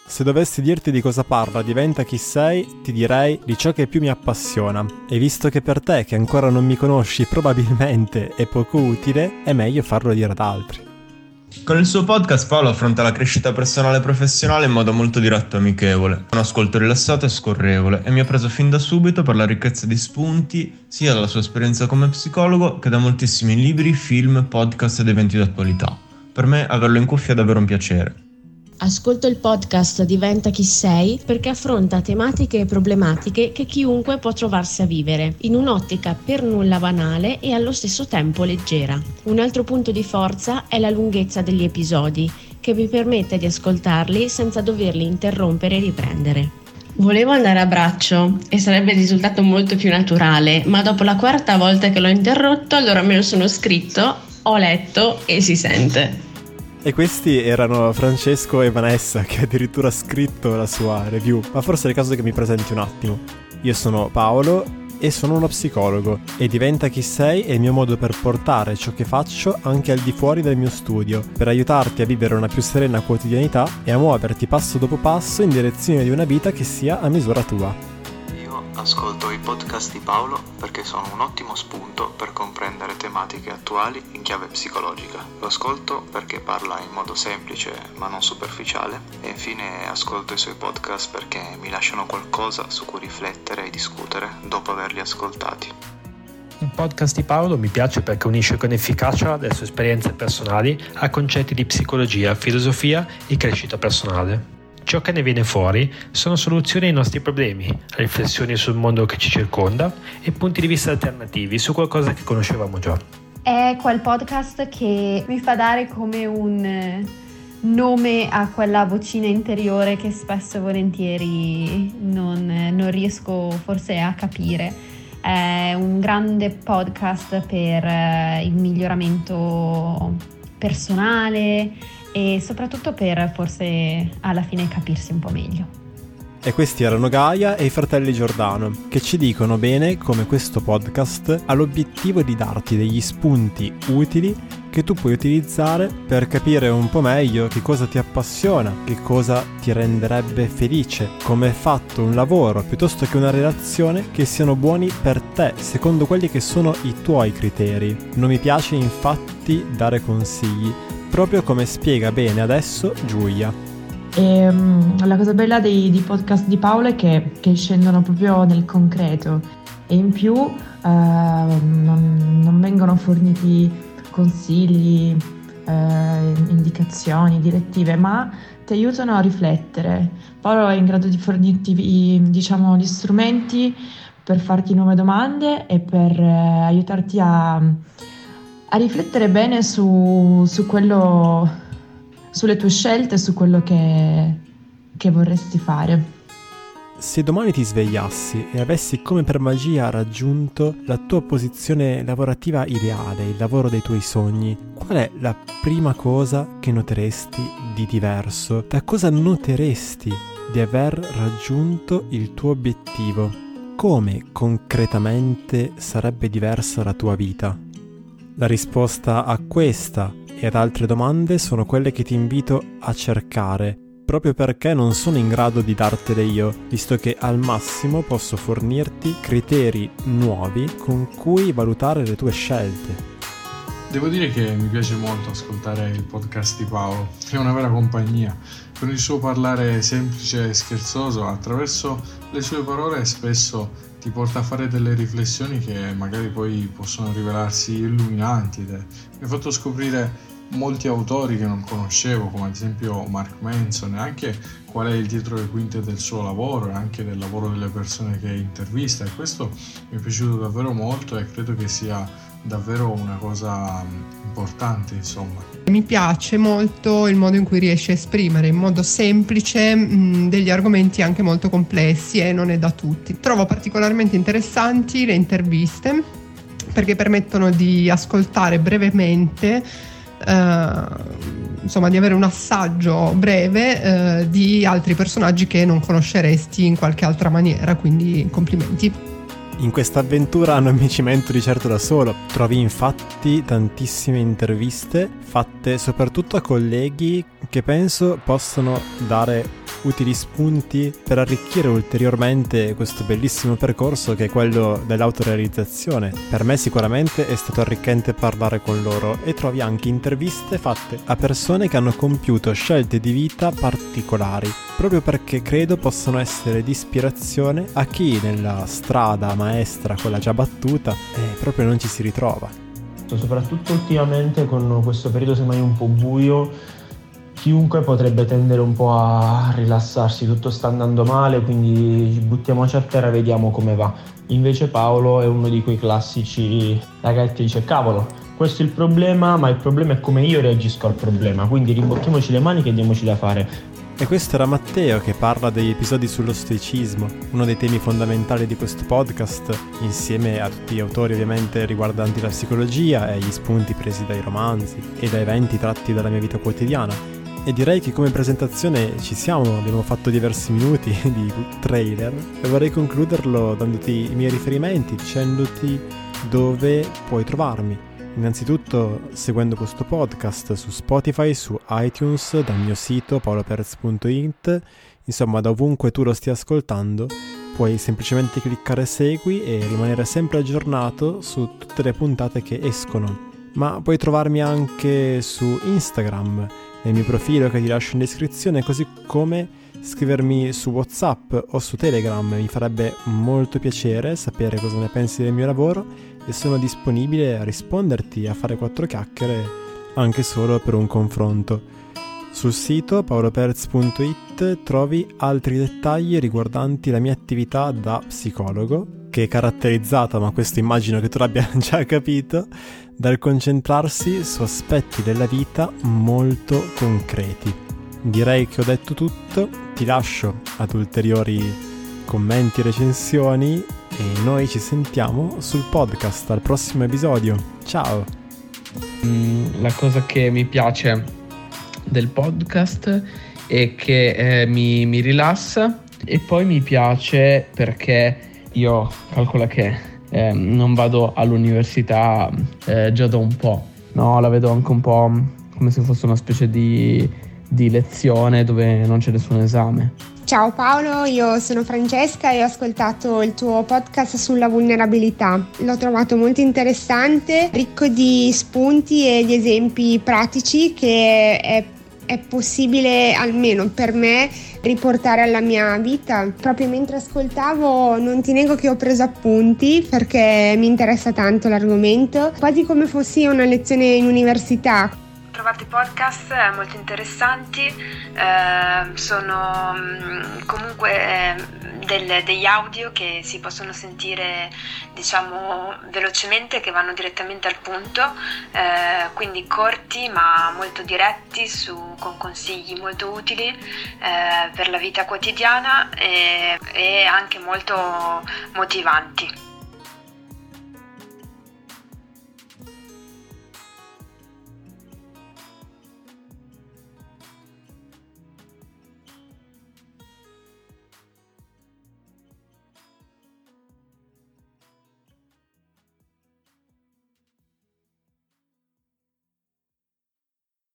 Se dovessi dirti di cosa parla Diventa chi sei, ti direi di ciò che più mi appassiona. E visto che per te, che ancora non mi conosci, probabilmente è poco utile, è meglio farlo dire ad altri. Con il suo podcast Paolo affronta la crescita personale e professionale in modo molto diretto e amichevole. Un ascolto rilassato e scorrevole e mi ha preso fin da subito per la ricchezza di spunti sia dalla sua esperienza come psicologo che da moltissimi libri, film, podcast ed eventi d'attualità. Per me averlo in cuffia è davvero un piacere. Ascolto il podcast Diventa chi sei perché affronta tematiche e problematiche che chiunque può trovarsi a vivere, in un'ottica per nulla banale e allo stesso tempo leggera. Un altro punto di forza è la lunghezza degli episodi, che mi permette di ascoltarli senza doverli interrompere e riprendere. Volevo andare a braccio e sarebbe risultato molto più naturale, ma dopo la quarta volta che l'ho interrotto, allora me lo sono scritto, ho letto e si sente. E questi erano Francesco e Vanessa, che addirittura ha scritto la sua review, ma forse è il caso che mi presenti un attimo. Io sono Paolo e sono uno psicologo e Diventa chi sei è il mio modo per portare ciò che faccio anche al di fuori del mio studio, per aiutarti a vivere una più serena quotidianità e a muoverti passo dopo passo in direzione di una vita che sia a misura tua. Ascolto i podcast di Paolo perché sono un ottimo spunto per comprendere tematiche attuali in chiave psicologica. Lo ascolto perché parla in modo semplice ma non superficiale e infine ascolto i suoi podcast perché mi lasciano qualcosa su cui riflettere e discutere dopo averli ascoltati. Il podcast di Paolo mi piace perché unisce con efficacia le sue esperienze personali a concetti di psicologia, filosofia e crescita personale. Ciò che ne viene fuori sono soluzioni ai nostri problemi, riflessioni sul mondo che ci circonda e punti di vista alternativi su qualcosa che conoscevamo già. È quel podcast che mi fa dare come un nome a quella vocina interiore che spesso e volentieri non riesco forse a capire. È un grande podcast per il miglioramento personale e soprattutto per forse alla fine capirsi un po' meglio. E questi erano Gaia e i fratelli Giordano, che ci dicono bene come questo podcast ha l'obiettivo di darti degli spunti utili che tu puoi utilizzare per capire un po' meglio che cosa ti appassiona, che cosa ti renderebbe felice, come è fatto un lavoro piuttosto che una relazione che siano buoni per te, secondo quelli che sono i tuoi criteri. Non mi piace infatti dare consigli, proprio come spiega bene adesso Giulia. La cosa bella dei podcast di Paolo è che scendono proprio nel concreto e in più non vengono forniti consigli, indicazioni, direttive, ma ti aiutano a riflettere. Paolo è in grado di fornirti, diciamo, gli strumenti per farti nuove domande e per aiutarti a riflettere bene su quello, sulle tue scelte, su quello che vorresti fare. Se domani ti svegliassi e avessi come per magia raggiunto la tua posizione lavorativa ideale, il lavoro dei tuoi sogni, qual è la prima cosa che noteresti di diverso? Da cosa noteresti di aver raggiunto il tuo obiettivo? Come concretamente sarebbe diversa la tua vita? La risposta a questa e ad altre domande sono quelle che ti invito a cercare, proprio perché non sono in grado di dartele io, visto che al massimo posso fornirti criteri nuovi con cui valutare le tue scelte. Devo dire che mi piace molto ascoltare il podcast di Paolo, è una vera compagnia. Con il suo parlare semplice e scherzoso, attraverso le sue parole spesso ti porta a fare delle riflessioni che magari poi possono rivelarsi illuminanti. Mi ha fatto scoprire molti autori che non conoscevo, come ad esempio Mark Manson, e anche qual è il dietro le quinte del suo lavoro e anche del lavoro delle persone che intervista, e questo mi è piaciuto davvero molto e credo che sia davvero una cosa importante, insomma. Mi piace molto il modo in cui riesce a esprimere in modo semplice degli argomenti anche molto complessi e non è da tutti. Trovo particolarmente interessanti le interviste perché permettono di ascoltare brevemente, insomma di avere un assaggio breve di altri personaggi che non conosceresti in qualche altra maniera, quindi complimenti. In questa avventura non mi cimento di certo da solo, trovi infatti tantissime interviste fatte soprattutto a colleghi che penso possano dare utili spunti per arricchire ulteriormente questo bellissimo percorso che è quello dell'autorealizzazione. Per me sicuramente è stato arricchente parlare con loro e trovi anche interviste fatte a persone che hanno compiuto scelte di vita particolari, proprio perché credo possano essere di ispirazione a chi nella strada maestra, quella già battuta, proprio non ci si ritrova. Soprattutto ultimamente con questo periodo semmai un po' buio, chiunque potrebbe tendere un po' a rilassarsi, tutto sta andando male, quindi buttiamoci a terra e vediamo come va. Invece Paolo è uno di quei classici ragazzi che dice cavolo, questo è il problema, ma il problema è come io reagisco al problema, quindi rimbocchiamoci le maniche e diamoci da fare. E questo era Matteo che parla degli episodi sullo stoicismo, uno dei temi fondamentali di questo podcast, insieme a tutti gli autori ovviamente riguardanti la psicologia e gli spunti presi dai romanzi e da eventi tratti dalla mia vita quotidiana. E direi che come presentazione ci siamo, abbiamo fatto diversi minuti di trailer e vorrei concluderlo dandoti i miei riferimenti, dicendoti dove puoi trovarmi. Innanzitutto seguendo questo podcast su Spotify, su iTunes, dal mio sito paoloperez.it, insomma da ovunque tu lo stia ascoltando puoi semplicemente cliccare segui e rimanere sempre aggiornato su tutte le puntate che escono. Ma puoi trovarmi anche su Instagram, nel mio profilo che ti lascio in descrizione, così come scrivermi su WhatsApp o su Telegram. Mi farebbe molto piacere sapere cosa ne pensi del mio lavoro e sono disponibile a risponderti, a fare 4 chiacchiere anche solo per un confronto. Sul sito paoloperez.it trovi altri dettagli riguardanti la mia attività da psicologo, che è caratterizzata, ma questo immagino che tu l'abbia già capito, dal concentrarsi su aspetti della vita molto concreti. Direi che ho detto tutto, ti lascio ad ulteriori commenti e recensioni e noi ci sentiamo sul podcast al prossimo episodio. Ciao! La cosa che mi piace del podcast è che mi rilassa, e poi mi piace perché io calcola che non vado all'università già da un po', no? La vedo anche un po' come se fosse una specie di lezione dove non c'è nessun esame. Ciao Paolo, io sono Francesca e ho ascoltato il tuo podcast sulla vulnerabilità. L'ho trovato molto interessante, ricco di spunti e di esempi pratici che è possibile, almeno per me, riportare alla mia vita. Proprio mentre ascoltavo non ti nego che ho preso appunti perché mi interessa tanto l'argomento, quasi come fossi una lezione in università. Ho trovato i podcast molto interessanti, sono comunque degli audio che si possono sentire diciamo velocemente, che vanno direttamente al punto, quindi corti ma molto diretti, con consigli molto utili per la vita quotidiana e anche molto motivanti.